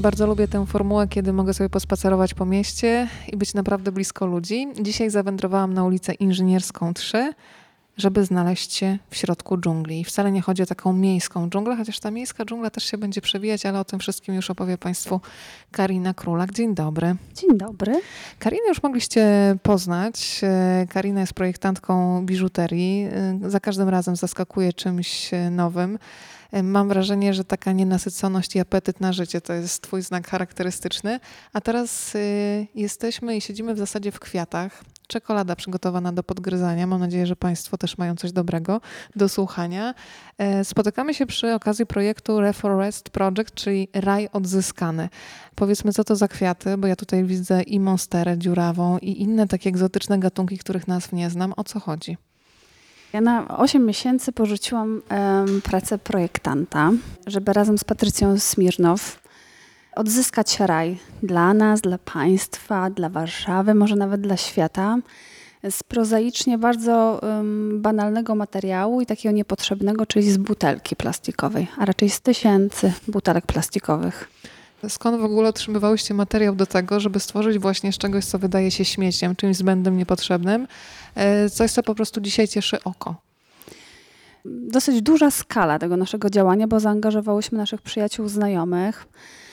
bardzo lubię tę formułę, kiedy mogę sobie pospacerować po mieście i być naprawdę blisko ludzi. Dzisiaj zawędrowałam na ulicę Inżynierską 3, żeby znaleźć się w środku dżungli. I wcale nie chodzi o taką miejską dżunglę, chociaż ta miejska dżungla też się będzie przewijać, ale o tym wszystkim już opowie Państwu Karina Królak. Dzień dobry. Dzień dobry. Karinę już mogliście poznać. Karina jest projektantką biżuterii. Za każdym razem zaskakuje czymś nowym. Mam wrażenie, że taka nienasyconość i apetyt na życie to jest twój znak charakterystyczny. A teraz jesteśmy i siedzimy w zasadzie w kwiatach. Czekolada przygotowana do podgryzania. Mam nadzieję, że Państwo też mają coś dobrego do słuchania. Spotykamy się przy okazji projektu Reforest Project, czyli Raj Odzyskany. Powiedzmy, co to za kwiaty, bo ja tutaj widzę i monsterę dziurawą i inne takie egzotyczne gatunki, których nazw nie znam. O co chodzi? Ja na 8 miesięcy porzuciłam pracę projektanta, żeby razem z Patrycją Smirnow odzyskać raj dla nas, dla państwa, dla Warszawy, może nawet dla świata, z prozaicznie bardzo banalnego materiału i takiego niepotrzebnego, czyli z butelki plastikowej, a raczej z tysięcy butelek plastikowych. Skąd w ogóle otrzymywałyście materiał do tego, żeby stworzyć właśnie z czegoś, co wydaje się śmieciem, czymś zbędnym, niepotrzebnym, coś, co po prostu dzisiaj cieszy oko? Dosyć duża skala tego naszego działania, bo zaangażowałyśmy naszych przyjaciół, znajomych,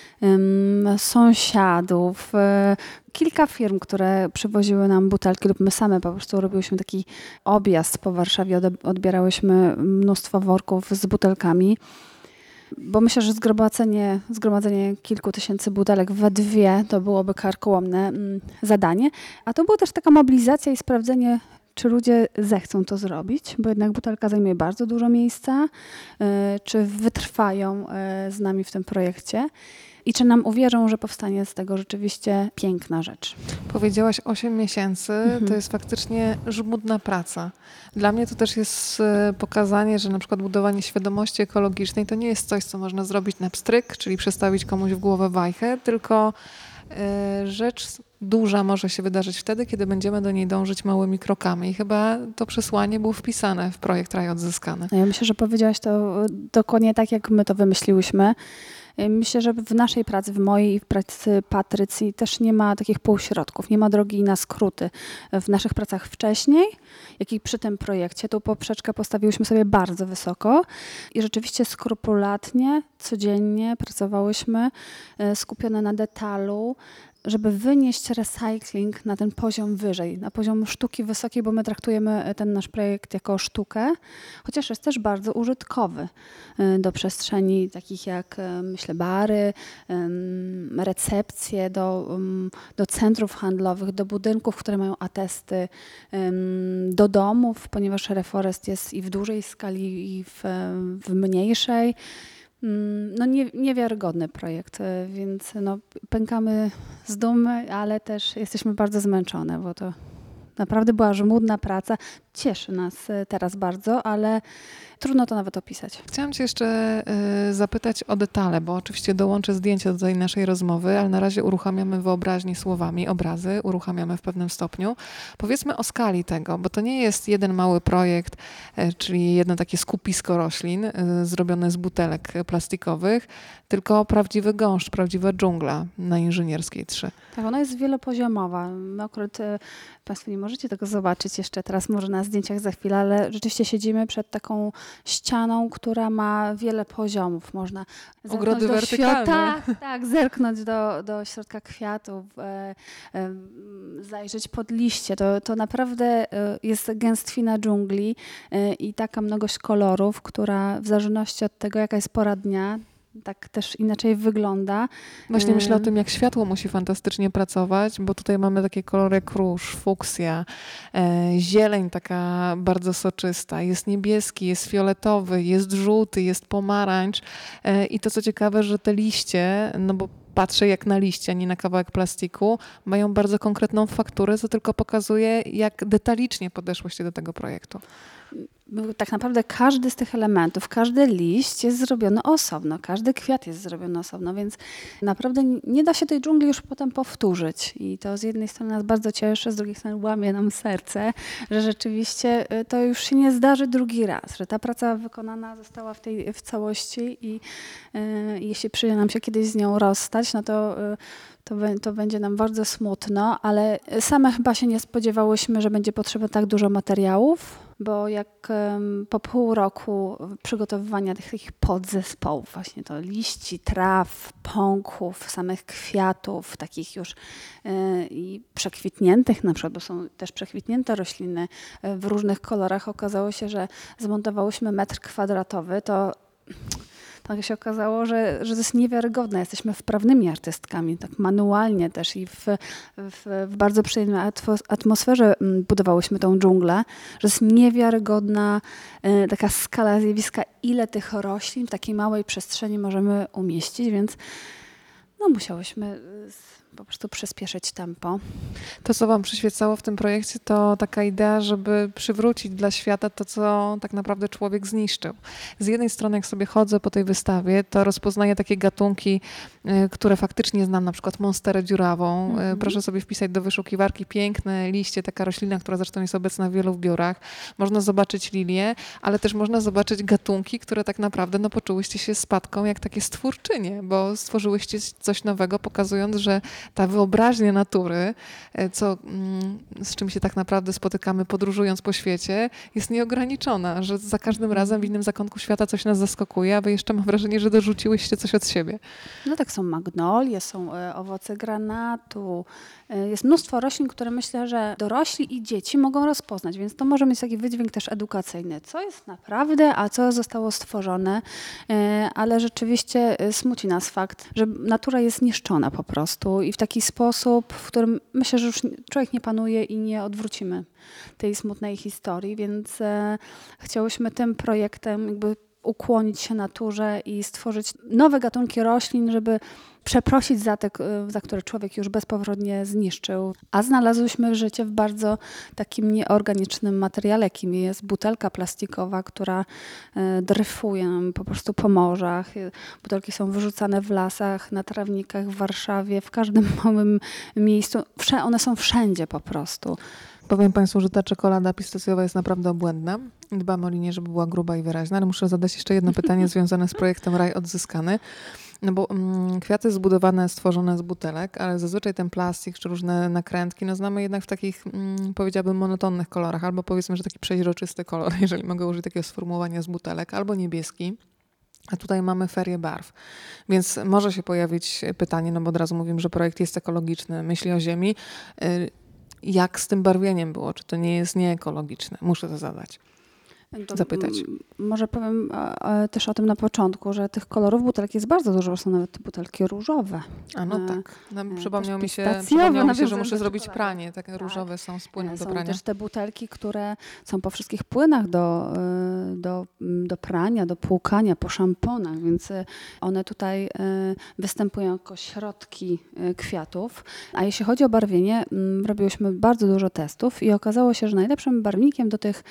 sąsiadów, kilka firm, które przywoziły nam butelki lub my same po prostu robiłyśmy taki objazd po Warszawie, odbierałyśmy mnóstwo worków z butelkami. Bo myślę, że zgromadzenie kilku tysięcy butelek we dwie to byłoby karkołomne zadanie. A to była też taka mobilizacja i sprawdzenie, czy ludzie zechcą to zrobić, bo jednak butelka zajmuje bardzo dużo miejsca, czy wytrwają z nami w tym projekcie i czy nam uwierzą, że powstanie z tego rzeczywiście piękna rzecz. Powiedziałaś 8 miesięcy, to jest faktycznie żmudna praca. Dla mnie to też jest pokazanie, że na przykład budowanie świadomości ekologicznej to nie jest coś, co można zrobić na pstryk, czyli przestawić komuś w głowę wajchę, tylko rzecz duża może się wydarzyć wtedy, kiedy będziemy do niej dążyć małymi krokami. I chyba to przesłanie było wpisane w projekt Raj Odzyskany. Ja myślę, że powiedziałaś to dokładnie tak, jak my to wymyśliłyśmy. Myślę, że w naszej pracy, w mojej i w pracy Patrycji też nie ma takich półśrodków, nie ma drogi na skróty. W naszych pracach wcześniej, jak i przy tym projekcie, tą poprzeczkę postawiłyśmy sobie bardzo wysoko i rzeczywiście skrupulatnie, codziennie pracowałyśmy skupione na detalu, żeby wynieść recycling na ten poziom wyżej, na poziom sztuki wysokiej, bo my traktujemy ten nasz projekt jako sztukę, chociaż jest też bardzo użytkowy do przestrzeni takich jak, myślę, bary, recepcje, do centrów handlowych, do budynków, które mają atesty, do domów, ponieważ Reforest jest i w dużej skali, i w mniejszej. No niewiarygodny projekt, więc pękamy z dumy, ale też jesteśmy bardzo zmęczone, bo to naprawdę była żmudna praca. Cieszy nas teraz bardzo, ale trudno to nawet opisać. Chciałam cię jeszcze zapytać o detale, bo oczywiście dołączę zdjęcia do tej naszej rozmowy, ale na razie uruchamiamy wyobraźnię słowami, obrazy uruchamiamy w pewnym stopniu. Powiedzmy o skali tego, bo to nie jest jeden mały projekt, czyli jedno takie skupisko roślin zrobione z butelek plastikowych, tylko prawdziwy gąszcz, prawdziwa dżungla na Inżynierskiej 3. Tak, ona jest wielopoziomowa. My akurat Państwo nie możecie tego zobaczyć jeszcze teraz, może na zdjęciach za chwilę, ale rzeczywiście siedzimy przed taką ścianą, która ma wiele poziomów. Można ogrody wertykalne. Tak, zerknąć do środka kwiatów, zajrzeć pod liście. To naprawdę jest gęstwina dżungli i taka mnogość kolorów, która w zależności od tego, jaka jest pora dnia, tak też inaczej wygląda. Właśnie myślę o tym, jak światło musi fantastycznie pracować, bo tutaj mamy takie kolory jak róż, fuksja, zieleń taka bardzo soczysta, jest niebieski, jest fioletowy, jest żółty, jest pomarańcz i to co ciekawe, że te liście, no bo patrzę jak na liście, a nie na kawałek plastiku, mają bardzo konkretną fakturę, co tylko pokazuje, jak detalicznie podeszłyście do tego projektu. tak naprawdę każdy z tych elementów, każdy liść jest zrobiony osobno, każdy kwiat jest zrobiony osobno, więc naprawdę nie da się tej dżungli już potem powtórzyć. I to z jednej strony nas bardzo cieszy, z drugiej strony łamie nam serce, że rzeczywiście to już się nie zdarzy drugi raz, że ta praca wykonana została w całości i jeśli przyjdzie nam się kiedyś z nią rozstać, no to będzie nam bardzo smutno, ale same chyba się nie spodziewałyśmy, że będzie potrzeba tak dużo materiałów, bo jak po pół roku przygotowywania tych takich podzespołów, właśnie to liści, traw, pąków, samych kwiatów, takich już i przekwitniętych na przykład, bo są też przekwitnięte rośliny w różnych kolorach, okazało się, że zmontowałyśmy metr kwadratowy, to tak się okazało, że to jest niewiarygodne. Jesteśmy wprawnymi artystkami, tak manualnie też i w bardzo przyjemnej atmosferze budowałyśmy tą dżunglę, że jest niewiarygodna taka skala zjawiska, ile tych roślin w takiej małej przestrzeni możemy umieścić, więc musiałyśmy po prostu przyspieszyć tempo. To, co wam przyświecało w tym projekcie, to taka idea, żeby przywrócić dla świata to, co tak naprawdę człowiek zniszczył. Z jednej strony, jak sobie chodzę po tej wystawie, to rozpoznaję takie gatunki, które faktycznie znam, na przykład monsterę dziurawą. Proszę sobie wpisać do wyszukiwarki piękne liście, taka roślina, która zresztą jest obecna w wielu biurach. Można zobaczyć lilię, ale też można zobaczyć gatunki, które tak naprawdę poczułyście się spadką jak takie stwórczynie, bo stworzyłyście coś nowego, pokazując, że ta wyobraźnia natury, z czym się tak naprawdę spotykamy podróżując po świecie, jest nieograniczona, że za każdym razem w innym zakątku świata coś nas zaskakuje, a wy jeszcze mam wrażenie, że dorzuciłyście coś od siebie. No tak, są magnolie, są owoce granatu, jest mnóstwo roślin, które myślę, że dorośli i dzieci mogą rozpoznać, więc to może mieć taki wydźwięk też edukacyjny. Co jest naprawdę, a co zostało stworzone, ale rzeczywiście smuci nas fakt, że natura jest niszczona po prostu i w taki sposób, w którym myślę, że już człowiek nie panuje i nie odwrócimy tej smutnej historii, więc chciałyśmy tym projektem jakby ukłonić się naturze i stworzyć nowe gatunki roślin, żeby przeprosić za które człowiek już bezpowrotnie zniszczył. A znalazłyśmy życie w bardzo takim nieorganicznym materiale, jakim jest butelka plastikowa, która dryfuje nam po prostu po morzach. Butelki są wyrzucane w lasach, na trawnikach w Warszawie, w każdym małym miejscu. One są wszędzie po prostu. Powiem Państwu, że ta czekolada pistacjowa jest naprawdę obłędna. Dbam o linię, żeby była gruba i wyraźna, ale muszę zadać jeszcze jedno pytanie związane z projektem Raj Odzyskany. No bo kwiaty zbudowane, stworzone z butelek, ale zazwyczaj ten plastik czy różne nakrętki znamy jednak w takich, powiedziałabym, monotonnych kolorach, albo powiedzmy, że taki przeźroczysty kolor, jeżeli mogę użyć takiego sformułowania, z butelek, albo niebieski. A tutaj mamy ferię barw, więc może się pojawić pytanie, bo od razu mówimy, że projekt jest ekologiczny, myśli o ziemi. Jak z tym barwieniem było? Czy to nie jest nieekologiczne? Muszę to zapytać. Może powiem też o tym na początku, że tych kolorów butelek jest bardzo dużo, bo są nawet butelki różowe. A no tak. Przypomniało mi się, że muszę zrobić pranie. Takie różowe są z płynem do prania. Są też te butelki, które są po wszystkich płynach do prania, do płukania, po szamponach, więc one tutaj występują jako środki kwiatów. A jeśli chodzi o barwienie, robiłyśmy bardzo dużo testów i okazało się, że najlepszym barwnikiem do tych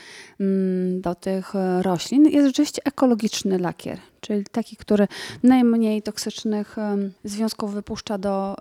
roślin jest rzeczywiście ekologiczny lakier, czyli taki, który najmniej toksycznych związków wypuszcza do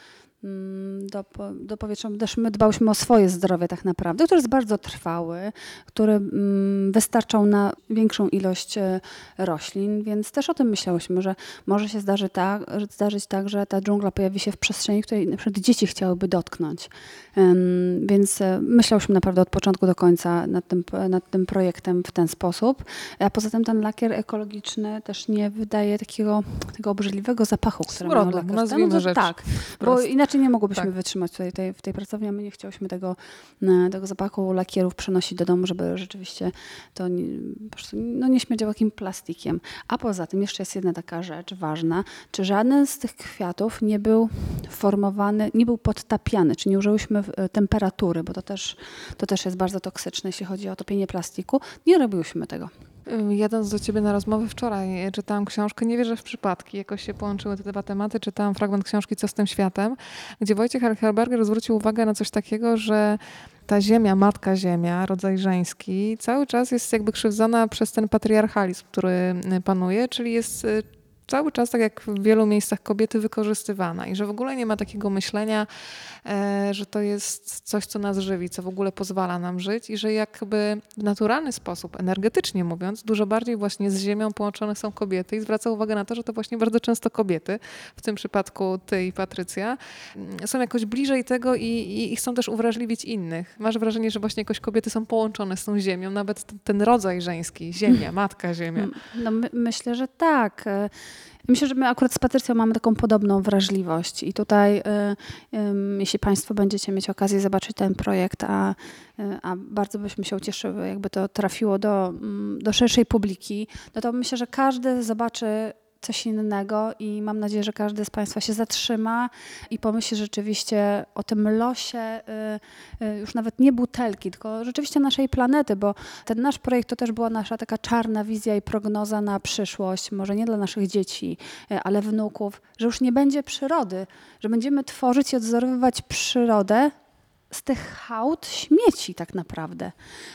powietrza. Też my dbałyśmy o swoje zdrowie tak naprawdę, który jest bardzo trwały, który wystarczał na większą ilość roślin, więc też o tym myślałyśmy, że może się zdarzyć tak, że ta dżungla pojawi się w przestrzeni, której na przykład dzieci chciałyby dotknąć. Więc myślałyśmy naprawdę od początku do końca nad tym projektem w ten sposób. A poza tym ten lakier ekologiczny też nie wydaje takiego obrzydliwego zapachu, który ma lakier. Nazwijmy rzecz. Tak, bo inaczej nie mogłybyśmy wytrzymać tutaj w tej pracowni, a my nie chciałyśmy tego zapachu lakierów przenosić do domu, żeby rzeczywiście to nie śmierdziało takim plastikiem. A poza tym jeszcze jest jedna taka rzecz ważna, czy żaden z tych kwiatów nie był formowany, nie był podtapiany, czy nie użyłyśmy temperatury, bo to też jest bardzo toksyczne, jeśli chodzi o topienie plastiku. Nie robiłyśmy tego. Jadąc do ciebie na rozmowę wczoraj, czytałam książkę, nie wierzę w przypadki, jakoś się połączyły te dwa tematy, czytałam fragment książki Co z tym światem, gdzie Wojciech Helberger zwrócił uwagę na coś takiego, że ta ziemia, matka ziemia, rodzaj żeński, cały czas jest jakby krzywdzona przez ten patriarchalizm, który panuje, czyli jest cały czas, tak jak w wielu miejscach, kobiety wykorzystywana i że w ogóle nie ma takiego myślenia, że to jest coś, co nas żywi, co w ogóle pozwala nam żyć i że jakby w naturalny sposób, energetycznie mówiąc, dużo bardziej właśnie z ziemią połączone są kobiety i zwraca uwagę na to, że to właśnie bardzo często kobiety, w tym przypadku ty i Patrycja, są jakoś bliżej tego i chcą też uwrażliwić innych. Masz wrażenie, że właśnie jakoś kobiety są połączone z tą ziemią, nawet ten rodzaj żeński, ziemia, matka ziemia. No, myślę, że tak. Myślę, że my akurat z Patrycją mamy taką podobną wrażliwość i tutaj jeśli Państwo będziecie mieć okazję zobaczyć ten projekt, a bardzo byśmy się ucieszyły, jakby to trafiło do szerszej publiki, no to myślę, że każdy zobaczy coś innego i mam nadzieję, że każdy z Państwa się zatrzyma i pomyśli rzeczywiście o tym losie, już nawet nie butelki, tylko rzeczywiście naszej planety, bo ten nasz projekt to też była nasza taka czarna wizja i prognoza na przyszłość, może nie dla naszych dzieci, ale wnuków, że już nie będzie przyrody, że będziemy tworzyć i odzorowywać przyrodę z tych hałd śmieci tak naprawdę.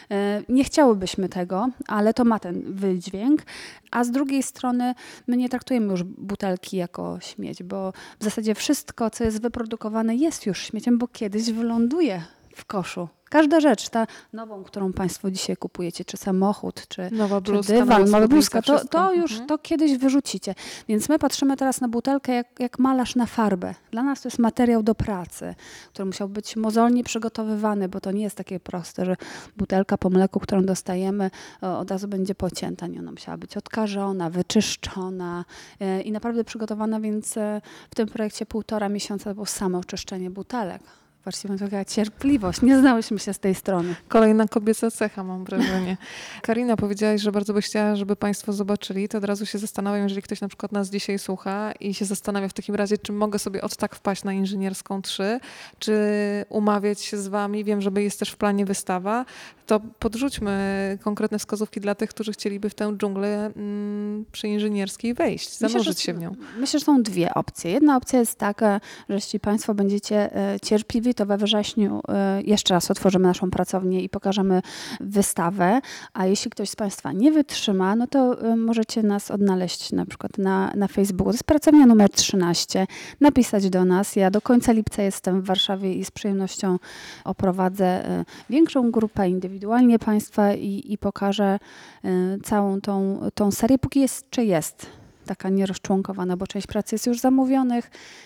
Nie chciałybyśmy tego, ale to ma ten wydźwięk, a z drugiej strony my nie traktujemy już butelki jako śmieć, bo w zasadzie wszystko, co jest wyprodukowane, jest już śmieciem, bo kiedyś wyląduje w koszu. Każda rzecz, ta nową, którą Państwo dzisiaj kupujecie, czy samochód, czy dywan, nowa bluzka, to kiedyś wyrzucicie. Więc my patrzymy teraz na butelkę jak malarz na farbę. Dla nas to jest materiał do pracy, który musiał być mozolnie przygotowywany, bo to nie jest takie proste, że butelka po mleku, którą dostajemy, od razu będzie pocięta. Nie, ona musiała być odkażona, wyczyszczona i naprawdę przygotowana, więc w tym projekcie 1,5 miesiąca było samo oczyszczenie butelek. Właściwie taka cierpliwość. Nie znałyśmy się z tej strony. Kolejna kobieca cecha, mam wrażenie. Karina, powiedziałaś, że bardzo byś chciała, żeby Państwo zobaczyli. To od razu się zastanawiam, jeżeli ktoś na przykład nas dzisiaj słucha i się zastanawia w takim razie, czy mogę sobie od tak wpaść na Inżynierską 3, czy umawiać się z Wami. Wiem, że jest też w planie wystawa. To podrzućmy konkretne wskazówki dla tych, którzy chcieliby w tę dżunglę przy Inżynierskiej wejść, zanurzyć się w nią. Myślę, że są dwie opcje. Jedna opcja jest taka, że jeśli Państwo będziecie cierpliwi, to we wrześniu jeszcze raz otworzymy naszą pracownię i pokażemy wystawę, a jeśli ktoś z Państwa nie wytrzyma, no to możecie nas odnaleźć na przykład na Facebooku. To jest pracownia numer 13. Napisać do nas. Ja do końca lipca jestem w Warszawie i z przyjemnością oprowadzę większą grupę indywidualnie Państwa i pokażę całą tą serię, póki jest taka nierozczłonkowana, bo część pracy jest już zamówionych,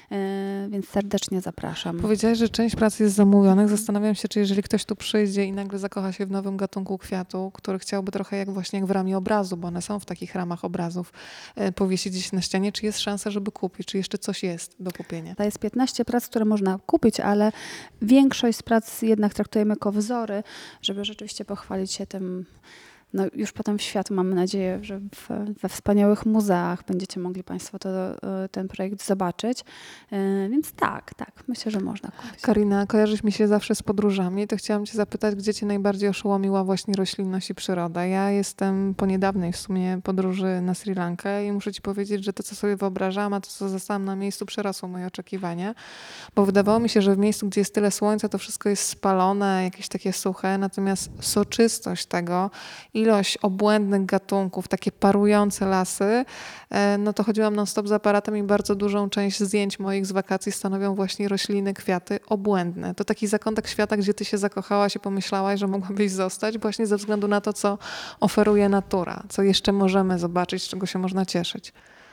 więc serdecznie zapraszam. Powiedziałaś, że część pracy jest zamówionych. Zastanawiam się, czy jeżeli ktoś tu przyjdzie i nagle zakocha się w nowym gatunku kwiatu, który chciałby trochę jak w ramie obrazu, bo one są w takich ramach obrazów, powiesić gdzieś na ścianie, czy jest szansa, żeby kupić, czy jeszcze coś jest do kupienia? To jest 15 prac, które można kupić, ale większość z prac jednak traktujemy jako wzory, żeby rzeczywiście pochwalić się tym. No już potem w światu mamy nadzieję, że we wspaniałych muzeach będziecie mogli Państwo ten projekt zobaczyć. Więc tak, myślę, że można kupić. Karina, kojarzysz mi się zawsze z podróżami, to chciałam Cię zapytać, gdzie Cię najbardziej oszołomiła właśnie roślinność i przyroda. Ja jestem po niedawnej w sumie podróży na Sri Lankę i muszę Ci powiedzieć, że to, co sobie wyobrażałam, a to, co zastałam na miejscu, przerosło moje oczekiwania, bo wydawało mi się, że w miejscu, gdzie jest tyle słońca, to wszystko jest spalone, jakieś takie suche, natomiast soczystość tego, ilość obłędnych gatunków, takie parujące lasy, no to chodziłam non-stop z aparatem i bardzo dużą część zdjęć moich z wakacji stanowią właśnie rośliny, kwiaty obłędne. To taki zakątek świata, gdzie ty się zakochałaś i pomyślałaś, że mogłabyś zostać właśnie ze względu na to, co oferuje natura, co jeszcze możemy zobaczyć, z czego się można cieszyć.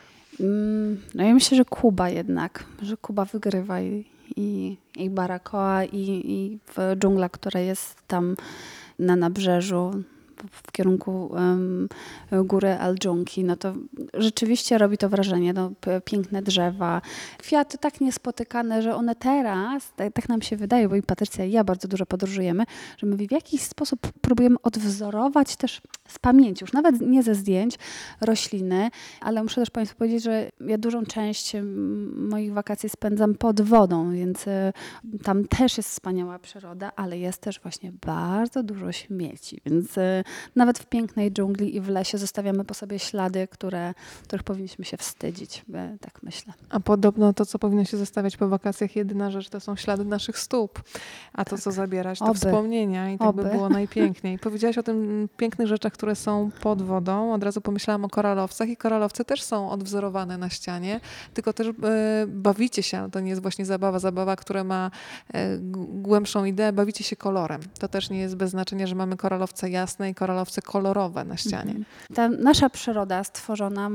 No ja myślę, że Kuba jednak, że Kuba wygrywa i Baracoa i dżungla, która jest tam na nabrzeżu, w kierunku góry Al-Dżunki, no to rzeczywiście robi to wrażenie. No, piękne drzewa, kwiaty tak niespotykane, że one teraz, tak nam się wydaje, bo i Patrycja i ja bardzo dużo podróżujemy, że my w jakiś sposób próbujemy odwzorować też z pamięci, już nawet nie ze zdjęć, rośliny, ale muszę też Państwu powiedzieć, że ja dużą część moich wakacji spędzam pod wodą, więc tam też jest wspaniała przyroda, ale jest też właśnie bardzo dużo śmieci, więc nawet w pięknej dżungli i w lesie zostawiamy po sobie ślady, których powinniśmy się wstydzić, tak myślę. A podobno to, co powinno się zostawiać po wakacjach, jedyna rzecz to są ślady naszych stóp. A to, co zabierać, to wspomnienia i tak by było najpiękniej. Powiedziałaś o tym pięknych rzeczach, które są pod wodą. Od razu pomyślałam o koralowcach i koralowce też są odwzorowane na ścianie, tylko też bawicie się, to nie jest właśnie zabawa, która ma głębszą ideę, bawicie się kolorem. To też nie jest bez znaczenia, że mamy koralowce jasne i koralowce kolorowe na ścianie. Ta nasza przyroda stworzona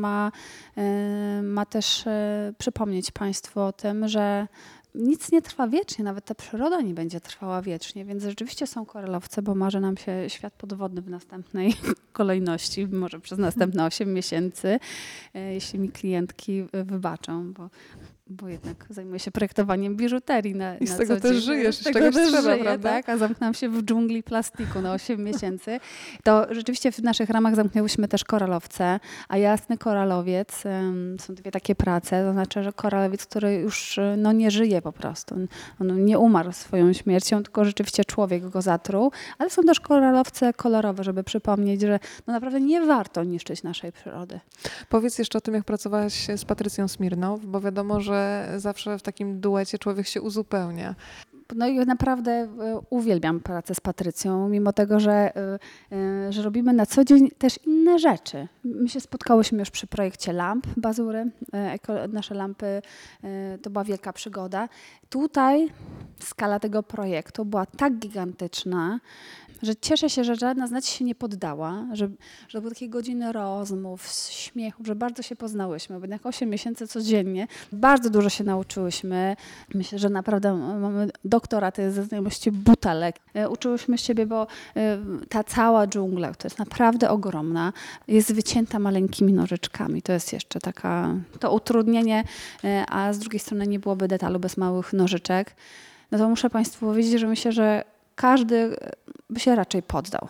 ma też przypomnieć Państwu o tym, że nic nie trwa wiecznie, nawet ta przyroda nie będzie trwała wiecznie, więc rzeczywiście są koralowce, bo marzy nam się świat podwodny w następnej kolejności, może przez następne 8 miesięcy, jeśli mi klientki wybaczą, bo jednak zajmuję się projektowaniem biżuterii I z tego też żyjesz, z tego też trzeba, prawda? Tak, a zamknęłam się w dżungli plastiku na 8 miesięcy. To rzeczywiście w naszych ramach zamknęłyśmy też koralowce, a jasny koralowiec, są dwie takie prace, to znaczy, że koralowiec, który już nie żyje po prostu, on nie umarł swoją śmiercią, tylko rzeczywiście człowiek go zatruł, ale są też koralowce kolorowe, żeby przypomnieć, że naprawdę nie warto niszczyć naszej przyrody. Powiedz jeszcze o tym, jak pracowałaś z Patrycją Smirnow, bo wiadomo, że zawsze w takim duecie człowiek się uzupełnia. No i naprawdę uwielbiam pracę z Patrycją, mimo tego, że robimy na co dzień też inne rzeczy. My się spotkałyśmy już przy projekcie lamp Bazury. Nasze lampy to była wielka przygoda. Tutaj skala tego projektu była tak gigantyczna, że cieszę się, że żadna z nas się nie poddała, że były takie godziny rozmów, śmiechu, że bardzo się poznałyśmy, bo jednak 8 miesięcy codziennie. Bardzo dużo się nauczyłyśmy. Myślę, że naprawdę mamy doktorat ze znajomości butelek. Uczyłyśmy siebie, bo ta cała dżungla, która jest naprawdę ogromna, jest wycięta maleńkimi nożyczkami. To jest jeszcze to utrudnienie, a z drugiej strony nie byłoby detalu bez małych nożyczek. No to muszę Państwu powiedzieć, że myślę, że każdy by się raczej poddał.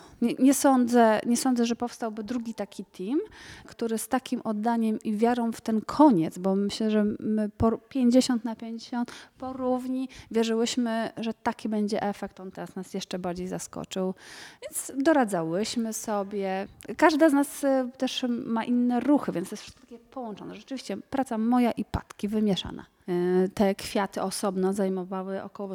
Nie sądzę, że powstałby drugi taki team, który z takim oddaniem i wiarą w ten koniec, bo myślę, że my 50/50 porówni wierzyłyśmy, że taki będzie efekt. On teraz nas jeszcze bardziej zaskoczył. Więc doradzałyśmy sobie. Każda z nas też ma inne ruchy, więc to jest wszystko takie połączone. Rzeczywiście praca moja i Patki wymieszana. Te kwiaty osobno zajmowały około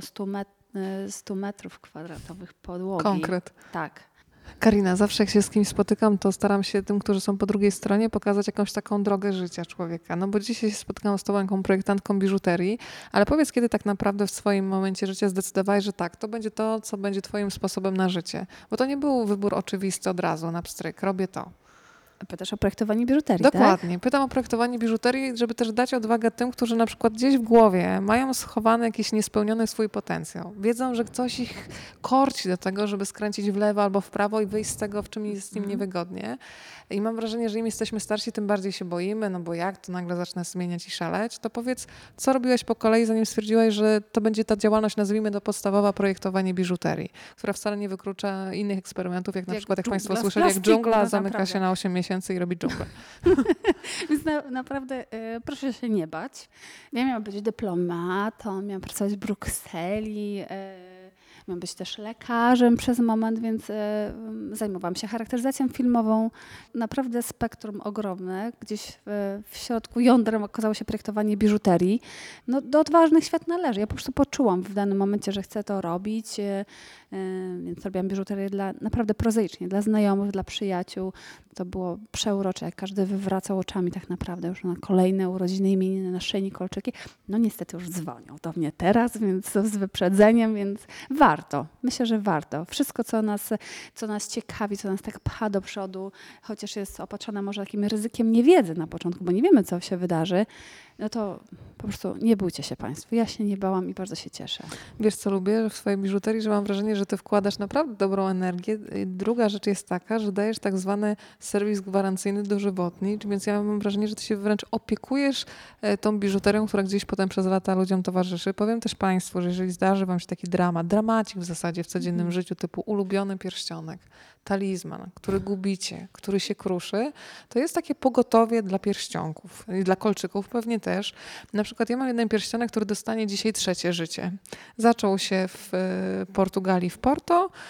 100 metrów kwadratowych podłogi. Konkret. Tak. Karina, zawsze jak się z kimś spotykam, to staram się tym, którzy są po drugiej stronie, pokazać jakąś taką drogę życia człowieka. No bo dzisiaj się spotkałam z tobą, projektantką biżuterii, ale powiedz, kiedy tak naprawdę w swoim momencie życia zdecydowałeś, że tak, to będzie to, co będzie twoim sposobem na życie. Bo to nie był wybór oczywisty od razu, na pstryk, robię to. Pytasz o projektowanie biżuterii, Dokładnie. tak? Pytam o projektowanie biżuterii, żeby też dać odwagę tym, którzy na przykład gdzieś w głowie mają schowany jakiś niespełniony swój potencjał. Wiedzą, że coś ich korci do tego, żeby skręcić w lewo albo w prawo i wyjść z tego, w czym jest im niewygodnie. I mam wrażenie, że im jesteśmy starsi, tym bardziej się boimy, no bo jak to nagle zacznę zmieniać i szaleć, to powiedz, co robiłaś po kolei, zanim stwierdziłaś, że to będzie ta działalność, nazwijmy to podstawowa, projektowanie biżuterii, która wcale nie wyklucza innych eksperymentów, jak na przykład, jak Państwo słyszeli, jak dżungla zamyka się na 8 miesięcy i robi dżunglę. Więc naprawdę proszę się nie bać. Ja miałam być dyplomatą, miałam pracować w Brukseli, miałam być też lekarzem przez moment, więc zajmowałam się charakteryzacją filmową. Naprawdę spektrum ogromne. Gdzieś w środku jądrem okazało się projektowanie biżuterii. No, do odważnych świat należy. Ja po prostu poczułam w danym momencie, że chcę to robić, więc robiłam biżuterię naprawdę prozaicznie, dla znajomych, dla przyjaciół. To było przeurocze, jak każdy wywracał oczami tak naprawdę już na kolejne urodziny, imieniny, naszyjnik, kolczyki. No niestety już dzwonią do mnie teraz, więc z wyprzedzeniem, więc warto. Myślę, że warto. Wszystko, co nas ciekawi, co nas tak pcha do przodu, chociaż jest opatrzone może takim ryzykiem niewiedzy na początku, bo nie wiemy, co się wydarzy, no to po prostu nie bójcie się Państwo. Ja się nie bałam i bardzo się cieszę. Wiesz, co lubię w swojej biżuterii, że mam wrażenie, że ty wkładasz naprawdę dobrą energię. Druga rzecz jest taka, że dajesz tak zwany serwis gwarancyjny dożywotni, więc ja mam wrażenie, że ty się wręcz opiekujesz tą biżuterią, która gdzieś potem przez lata ludziom towarzyszy. Powiem też Państwu, że jeżeli zdarzy wam się taki dramacik w zasadzie w codziennym życiu, typu ulubiony pierścionek, talizman, który gubicie, który się kruszy, to jest takie pogotowie dla pierścionków i dla kolczyków pewnie też. Na przykład ja mam jeden pierścionek, który dostanie dzisiaj 3. życie. Zaczął się w Portugalii, w Porto.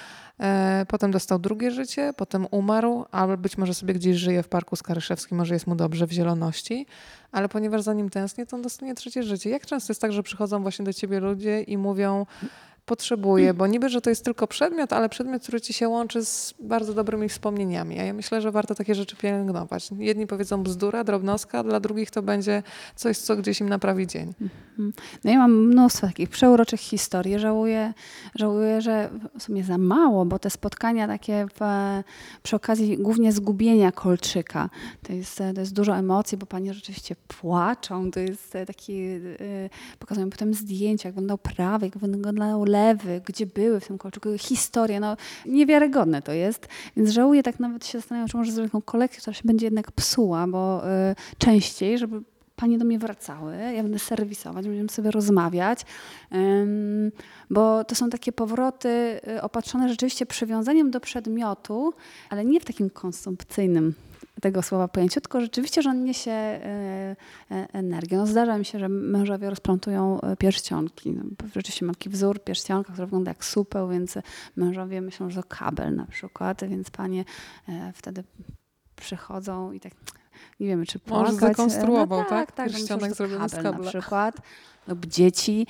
potem dostał drugie życie, potem umarł, albo być może sobie gdzieś żyje w Parku Skaryszewskim, może jest mu dobrze w zieloności, ale ponieważ za nim tęsknię, to on dostanie trzecie życie. Jak często jest tak, że przychodzą właśnie do ciebie ludzie i mówią, potrzebuję, bo niby, że to jest tylko przedmiot, ale przedmiot, który ci się łączy z bardzo dobrymi wspomnieniami. A ja myślę, że warto takie rzeczy pielęgnować. Jedni powiedzą bzdura, drobnostka, dla drugich to będzie coś, co gdzieś im naprawi dzień. No ja mam mnóstwo takich przeuroczych historii. Żałuję, że w sumie za mało, bo te spotkania takie przy okazji głównie zgubienia kolczyka, to jest dużo emocji, bo panie rzeczywiście płaczą. To jest taki, pokazują potem zdjęcia, jak wyglądał prawy, jak wyglądał lewy, gdzie były w tym kolczyku, historie. No, niewiarygodne to jest. Więc żałuję, tak nawet się zastanawiam, czy może zrobić taką kolekcję, która się będzie jednak psuła, bo częściej, żeby panie do mnie wracały, ja będę serwisować, będziemy sobie rozmawiać, bo to są takie powroty opatrzone rzeczywiście przywiązaniem do przedmiotu, ale nie w takim konsumpcyjnym tego słowa pojęciu, tylko rzeczywiście, że on niesie energię. No, zdarza mi się, że mężowie rozplątują pierścionki. No, rzeczywiście mam taki wzór pierścionka, który wygląda jak supeł, więc mężowie myślą, że to kabel na przykład, więc panie wtedy przychodzą i tak nie wiemy, czy płakać. Mąż zdekonstruował, no, tak? Tak, Pierścionek zrobiony z kabla. na przykład. Lub dzieci.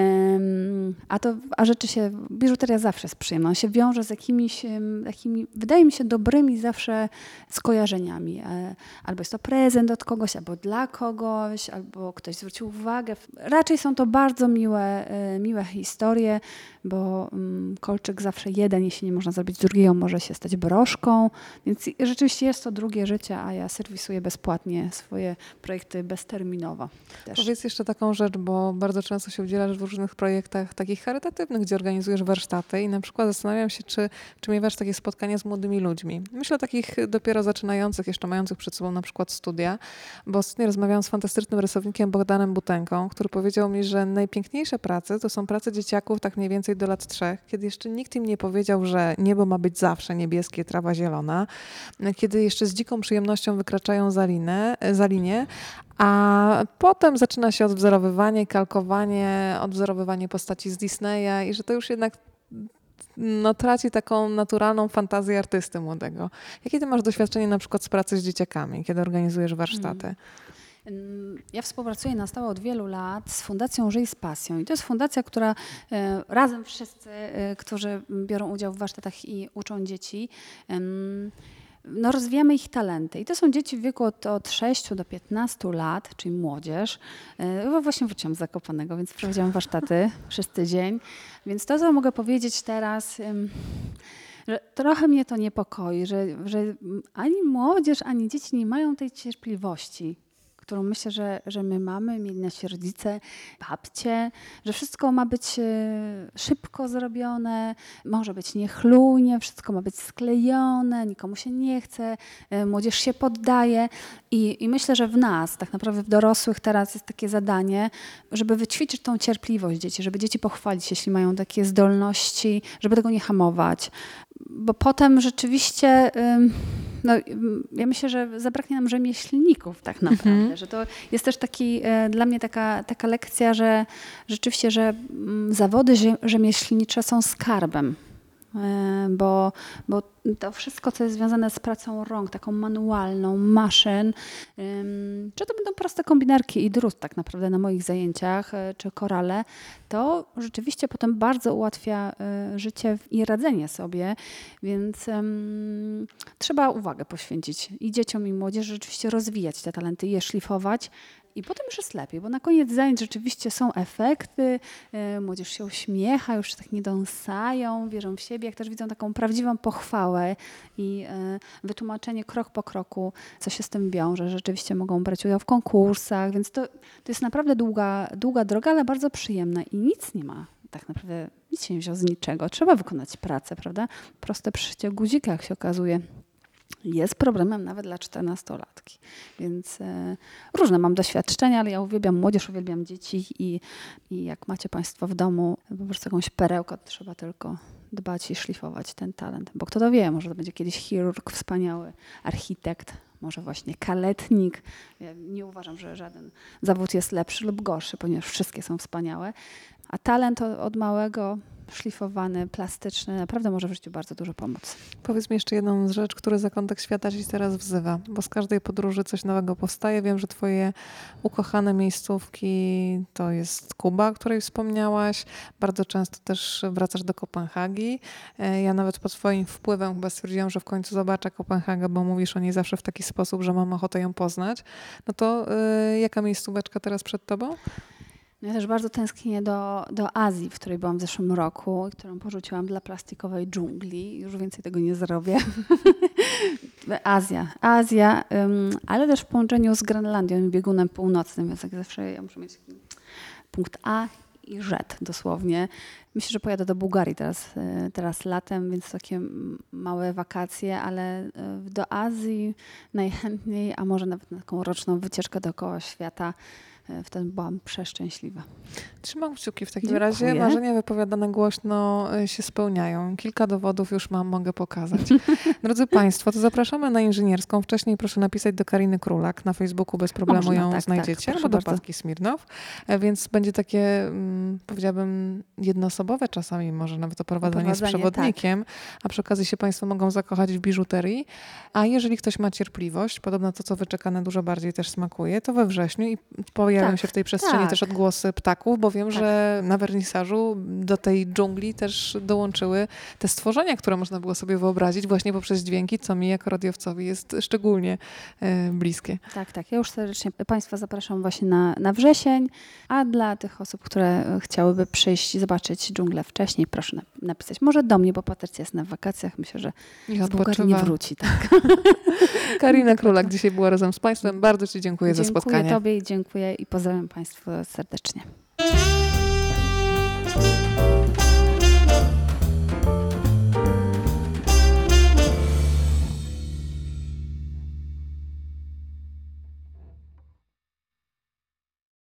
A rzeczy się, biżuteria zawsze jest przyjemna. On się wiąże z jakimiś takimi, wydaje mi się, dobrymi zawsze skojarzeniami. Albo jest to prezent od kogoś, albo dla kogoś, albo ktoś zwrócił uwagę. Raczej są to bardzo miłe historie, bo kolczyk zawsze jeden, jeśli nie można zrobić drugiego, może się stać broszką. Więc rzeczywiście jest to drugie życie, a ja serwisuję bezpłatnie swoje projekty bezterminowo też. Powiedz jeszcze taką rzecz, bo bardzo często się udzielasz w różnych projektach takich charytatywnych, gdzie organizujesz warsztaty i na przykład zastanawiam się, czy miewasz takie spotkania z młodymi ludźmi. Myślę o takich dopiero zaczynających, jeszcze mających przed sobą na przykład studia, bo ostatnio rozmawiałam z fantastycznym rysownikiem Bogdanem Butenką, który powiedział mi, że najpiękniejsze prace to są prace dzieciaków tak mniej więcej do lat 3, kiedy jeszcze nikt im nie powiedział, że niebo ma być zawsze niebieskie, trawa zielona, kiedy jeszcze z dziką przyjemnością wykraczają za linię, a potem zaczyna się odwzorowywanie, kalkowanie, odwzorowywanie postaci z Disneya i że to już jednak traci taką naturalną fantazję artysty młodego. Jakie ty masz doświadczenie na przykład z pracy z dzieciakami, kiedy organizujesz warsztaty? Ja współpracuję na stałe od wielu lat z Fundacją Żyj z Pasją i to jest fundacja, która razem wszyscy, którzy biorą udział w warsztatach i uczą dzieci, rozwijamy ich talenty. I to są dzieci w wieku od 6 do 15 lat, czyli młodzież. Właśnie wróciłam z Zakopanego, więc prowadziłam warsztaty przez tydzień. Więc to, co mogę powiedzieć teraz, że trochę mnie to niepokoi, że ani młodzież, ani dzieci nie mają tej cierpliwości, którą myślę, że my mamy, mieli nasi rodzice, babcie, że wszystko ma być szybko zrobione, może być niechlujnie, wszystko ma być sklejone, nikomu się nie chce, młodzież się poddaje i myślę, że w nas, tak naprawdę w dorosłych teraz jest takie zadanie, żeby wyćwiczyć tą cierpliwość dzieci, żeby dzieci pochwalić, jeśli mają takie zdolności, żeby tego nie hamować, bo potem rzeczywiście ja myślę, że zabraknie nam rzemieślników tak naprawdę, że to jest też dla mnie taka lekcja, że rzeczywiście, że zawody rzemieślnicze są skarbem, bo to wszystko, co jest związane z pracą rąk, taką manualną, maszyn, czy to będą proste kombinerki i drut tak naprawdę na moich zajęciach, czy korale, to rzeczywiście potem bardzo ułatwia życie i radzenie sobie, więc trzeba uwagę poświęcić i dzieciom, i młodzieży, rzeczywiście rozwijać te talenty, je szlifować. I potem już jest lepiej, bo na koniec zajęć rzeczywiście są efekty, młodzież się uśmiecha, już tak nie dąsają, wierzą w siebie, jak też widzą taką prawdziwą pochwałę i wytłumaczenie krok po kroku, co się z tym wiąże. Rzeczywiście mogą brać udział w konkursach, więc to jest naprawdę długa droga, ale bardzo przyjemna i nic nie ma. Tak naprawdę nic się nie wziął z niczego. Trzeba wykonać pracę, prawda? Proste przyszycie guzika, jak się okazuje, jest problemem nawet dla 14-latki. Więc różne mam doświadczenia, ale ja uwielbiam młodzież, uwielbiam dzieci i jak macie Państwo w domu po prostu jakąś perełkę, to trzeba tylko dbać i szlifować ten talent. Bo kto to wie, może to będzie kiedyś chirurg wspaniały, architekt, może właśnie kaletnik. Ja nie uważam, że żaden zawód jest lepszy lub gorszy, ponieważ wszystkie są wspaniałe. A talent od małego szlifowany, plastyczny, naprawdę może w życiu bardzo dużo pomóc. Powiedz mi jeszcze jedną rzecz, który zakątek świata ci teraz wzywa, bo z każdej podróży coś nowego powstaje. Wiem, że twoje ukochane miejscówki to jest Kuba, o której wspomniałaś. Bardzo często też wracasz do Kopenhagi. Ja nawet pod twoim wpływem chyba stwierdziłam, że w końcu zobaczę Kopenhagę, bo mówisz o niej zawsze w taki sposób, że mam ochotę ją poznać. No to jaka miejscóweczka teraz przed tobą? No ja też bardzo tęsknię do Azji, w której byłam w zeszłym roku i którą porzuciłam dla plastikowej dżungli. Już więcej tego nie zrobię. Azja, ale też w połączeniu z Grenlandią i biegunem północnym, więc jak zawsze ja muszę mieć punkt A i Z dosłownie. Myślę, że pojadę do Bułgarii teraz latem, więc takie małe wakacje, ale do Azji najchętniej, a może nawet na taką roczną wycieczkę dookoła świata. Wtedy byłam przeszczęśliwa. Trzymam kciuki w takim Dziękuję. razie. Marzenia wypowiadane głośno się spełniają. Kilka dowodów już mam, mogę pokazać. Drodzy Państwo, to zapraszamy na inżynierską. Wcześniej proszę napisać do Kariny Królak. Na Facebooku bez problemu Można, ją tak, znajdziecie. proszę Albo do bardzo. Patki Smirnow. Więc będzie takie, powiedziałabym, jednoosobowe czasami, może nawet oprowadzenie z przewodnikiem. A przy okazji się Państwo mogą zakochać w biżuterii. A jeżeli ktoś ma cierpliwość, podobno to, co wyczekane, dużo bardziej też smakuje, to we wrześniu i pojawią się w tej przestrzeni też odgłosy ptaków, bo wiem, że na wernisażu do tej dżungli też dołączyły te stworzenia, które można było sobie wyobrazić właśnie poprzez dźwięki, co mi jako radiowcowi jest szczególnie bliskie. Tak. Ja już serdecznie Państwa zapraszam właśnie na wrzesień, a dla tych osób, które chciałyby przyjść i zobaczyć dżunglę wcześniej, proszę napisać może do mnie, bo Patrycja jest na wakacjach. Myślę, że z Bułgarii nie wróci. Tak. Karina Królak dzisiaj była razem z Państwem. Bardzo Ci dziękuję za spotkanie. Dziękuję Tobie i dziękuję i pozdrawiam Państwa serdecznie.